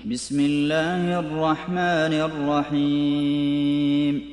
بسم الله الرحمن الرحيم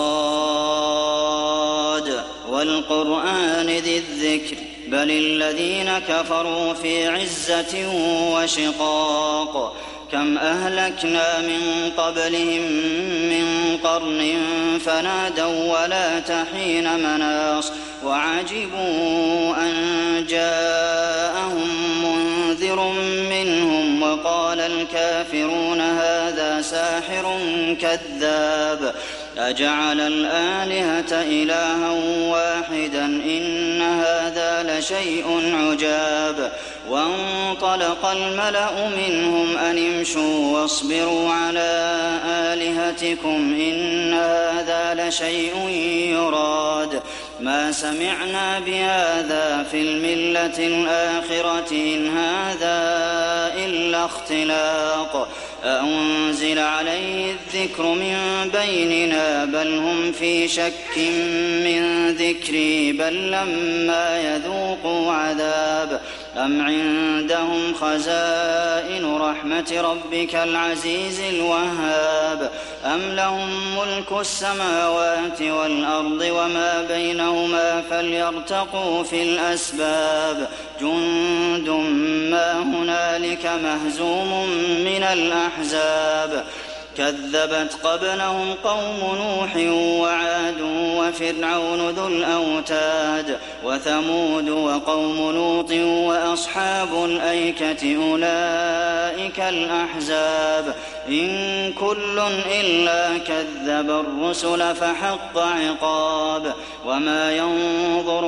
صاد والقرآن ذي الذكر بل الذين كفروا في عزة وشقاق كم أهلكنا من قبلهم من قرن فنادوا ولا تحين مناص وعجبوا أن جاءهم منذر منهم وقال الكافرون هذا ساحر كذاب أجعل الآلهة إلها واحدا إن هذا لشيء عجاب وانطلق الملأ منهم أن امشوا واصبروا على آلهتكم إن هذا لشيء يراد ما سمعنا بهذا في الملة الآخرة إن هذا إلا اختلاق أأنزل عليه الذكر من بيننا بل هم في شك من ذكري بل لما يذوقوا عذاب أم عندهم خزائن رحمة ربك العزيز الوهاب أم لهم ملك السماوات والأرض وما بينهما فليرتقوا في الأسباب جند ما هنالك مهزوم من الأحزاب كذبت قبلهم قوم نوح وعاد وفرعون ذو الأوتاد وثمود وقوم لوط وأصحاب الأيكة أولئك الأحزاب إن كل إلا كذب الرسل فحق عقاب وما ينظر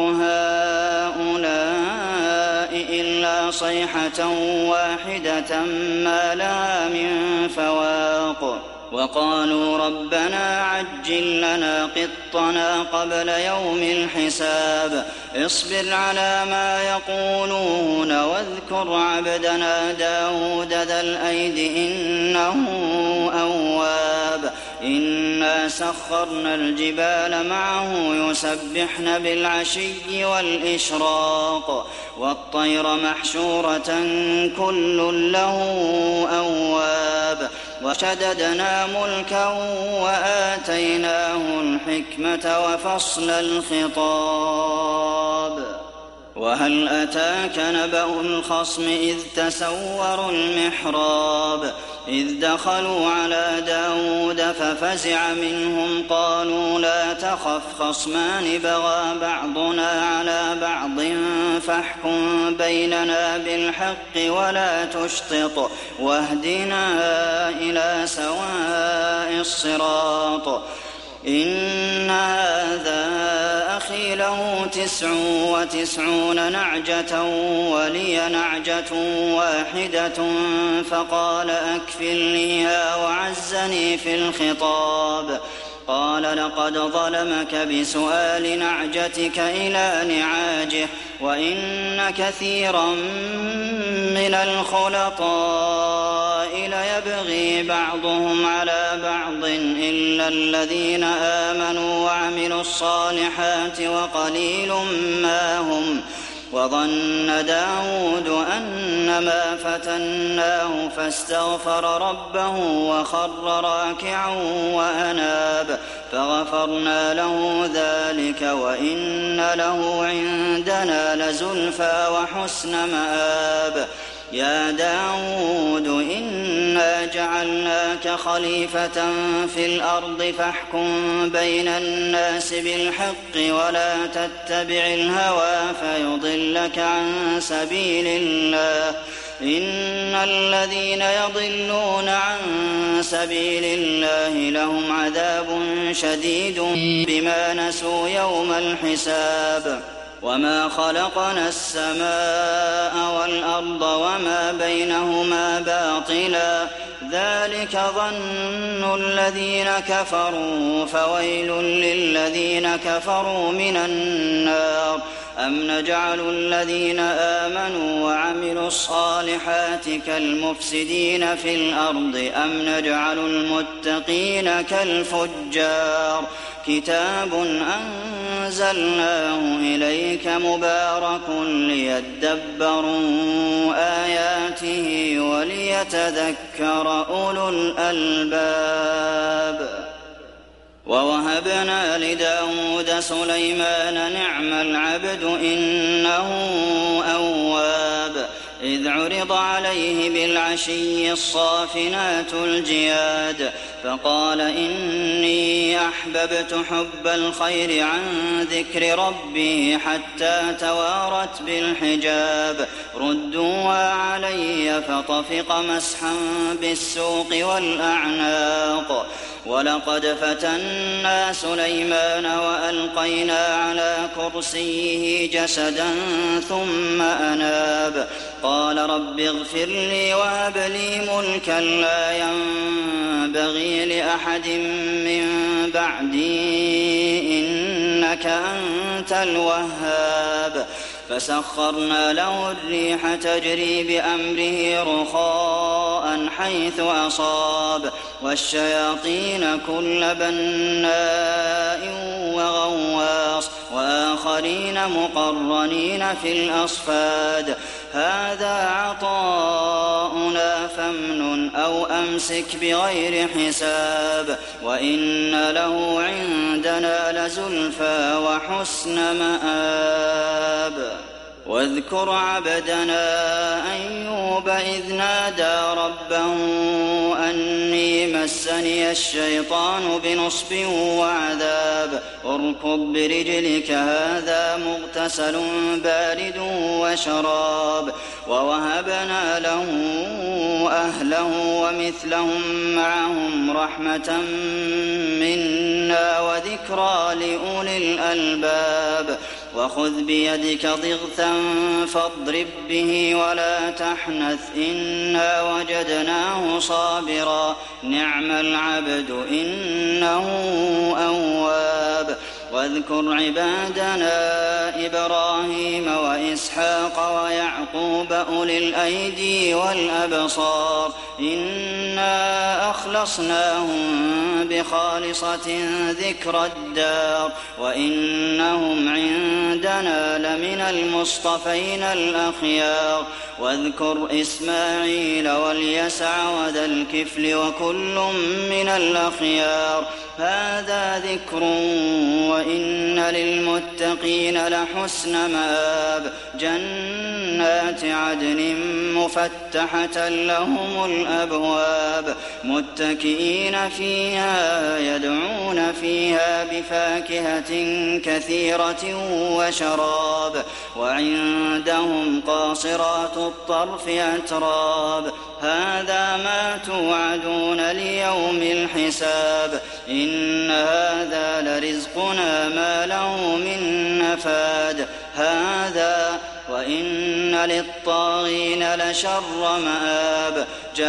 هؤلاء إلا صيحة واحدة ما لها من فواق وقالوا ربنا عجل لنا قطنا قبل يوم الحساب اصبر على ما يقولون واذكر عبدنا داود ذا الأيد إنه أواب إنا سخرنا الجبال معه يسبحن بالعشي والإشراق والطير محشورة كل له أواب وشددنا ملكه وآتيناه الحكمة وفصل الخطاب وهل أتاك نبأ الخصم إذ تسوروا المحراب إذ دخلوا على داود ففزع منهم قالوا لا تخف خصمان بغى بعضنا على بعض فاحكم بيننا بالحق ولا تشطط واهدنا إلى سواء الصراط إن هذا أخي له 99 نعجة ولي نعجة واحدة فقال أكفلنيها وعزني في الخطاب قال لقد ظلمك بسؤال نعجتك إلى نعاجه وإن كثيرا من الخلطاء ليبغي بعضهم على بعض إلا الذين آمنوا وعملوا الصالحات وقليل ما هم وظن داود أنما فتناه فاستغفر ربه وخر راكعا وأناب فغفرنا له ذلك وإن له عندنا لزلفى وحسن مآب يا داود إنا جعلناك خليفة في الأرض فاحكم بين الناس بالحق ولا تتبع الهوى فيضلك عن سبيل الله إن الذين يضلون عن سبيل الله لهم عذاب شديد بما نسوا يوم الحساب وما خلقنا السماء والأرض وما بينهما باطلا ذلك ظن الذين كفروا فويل للذين كفروا من النار أم نجعل الذين آمنوا وعملوا الصالحات كالمفسدين في الأرض أم نجعل المتقين كالفجار كتاب أنزلناه إليك مبارك ليدبروا آياته وليتذكر أولو الألباب ووهبنا لداود سليمان نعم العبد إنه أواب إذ عرض عليه بالعشي الصافنات الجياد فقال إني أحببت حب الخير عن ذكر ربي حتى توارت بالحجاب ردوا علي فطفق مسحا بالسوق والأعناق ولقد فتنا سليمان وألقينا على كرسيه جسدا ثم أناب قال رب اغفر لي وهب لي ملكا لا ينبغي لأحد من بعدي إنك أنت الوهاب فسخرنا له الريح تجري بأمره رخاء حيث أصاب والشياطين كل بناء وغواص وآخرين مقرنين في الأصفاد هذا عطاؤنا فامنن أو أمسك بغير حساب وإن له عندنا لزلفى وحسن مآب واذكر عبدنا أيوب إذ نادى ربه أني مسني الشيطان بنصب وعذاب اركض برجلك هذا مغتسل بارد وشراب ووهبنا له أهله ومثلهم معهم رحمة منا وذكرى لأولي الألباب وخذ بيدك ضغثا فاضرب به ولا تحنث إنا وجدناه صابرا نعم العبد إنه أواب واذكر عبادنا إبراهيم وإسحاق ويعقوب أولي الأيدي والأبصار إنا أخلصناهم بخالصة ذكر الدار وإنهم عندنا لمن المصطفين الأخيار واذكر إسماعيل واليسع وذا الكفل وكل من الأخيار هذا ذكر وإن للمتقين لحسن مآب جنات عدن مفتحة لهم الأبواب متكئين فيها يدعون فيها بفاكهة كثيرة وشراب وعندهم قاصرات الطرف أتراب هذا ما توعدون ليوم الحساب إن هذا لرزقنا ما له من نفاد هذا وإن للطاغين لشر مآب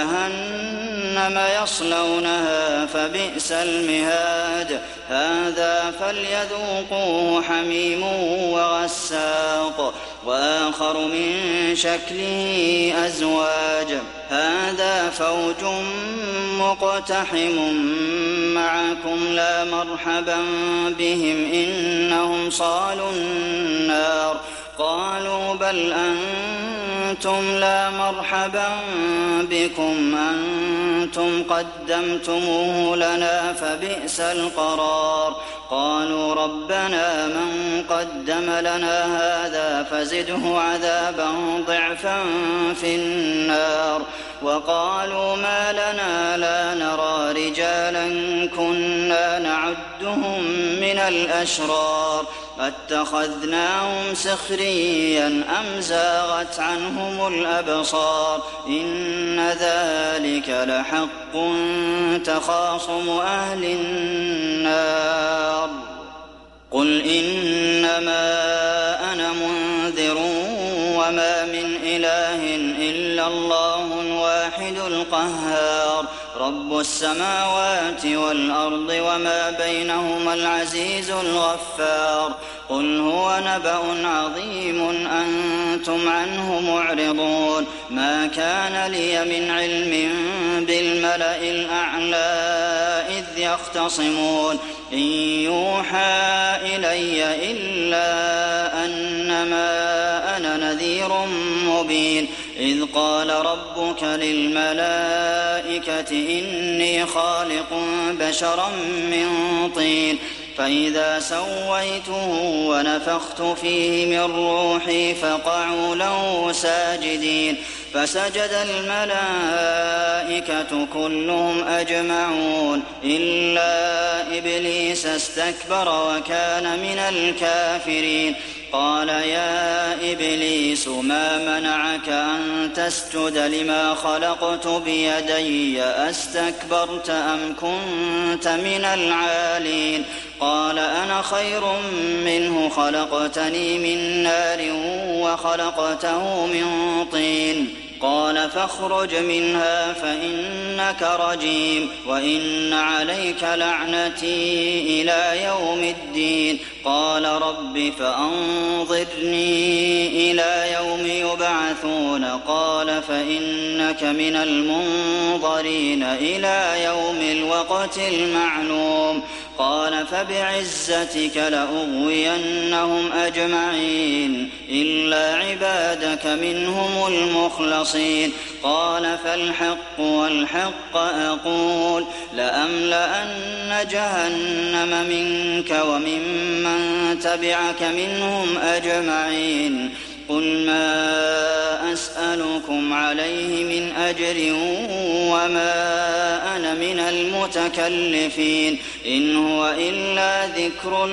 جهنم يصلونها فبئس المهاد هذا فليذوقوه حميم وغساق وآخر من شكله أزواج هذا فوج مقتحم معكم لا مرحبا بهم إنهم صالوا النار قالوا بل أنتم لا مرحبا بكم أنتم قدمتموه لنا فبئس القرار قالوا ربنا من قدم لنا هذا فزده عذابا ضعفا في النار وقالوا ما لنا لا نرى رجالا كنا نعدهم من الأشرار أتخذناهم سخريا أم زاغت عنهم الأبصار إن ذلك لحق تخاصم أهل النار قل إنما أنا منذر وما من إله إلا الله الواحد القهار رب السماوات والأرض وما بينهما العزيز الغفار قل هو نبأ عظيم أنتم عنه معرضون ما كان لي من علم بالملأ الأعلى إذ يختصمون إن يوحى إلي إلا أنما أنا نذير مبين إذ قال ربك للملائكة إني خالق بشرا من طين فإذا سويته ونفخت فيه من روحي فقعوا له ساجدين فسجد الملائكة كلهم أجمعون إلا إبليس استكبر وكان من الكافرين قال يا إبليس ما منعك أن تسجد لما خلقت بيدي أستكبرت أم كنت من العالين قال أنا خير منه خلقتني من نار وخلقته من طين قال فاخرج منها فإنك رجيم وإن عليك لعنتي إلى يوم الدين قال رب فأنظرني إلى يوم يبعثون قال فإنك من المنظرين إلى يوم الوقت المعلوم قال فبعزتك لأغوينهم أجمعين إلا عبادك منهم المخلصين قال فالحق والحق أقول لأملأن جهنم منك وممن تبعك منهم أجمعين قل ما أسألكم عليه من أجر وما أنا من المتكلفين إن هو إلا ذكر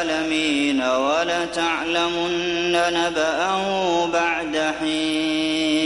للعالمين ولتعلمن نبأه بعد حين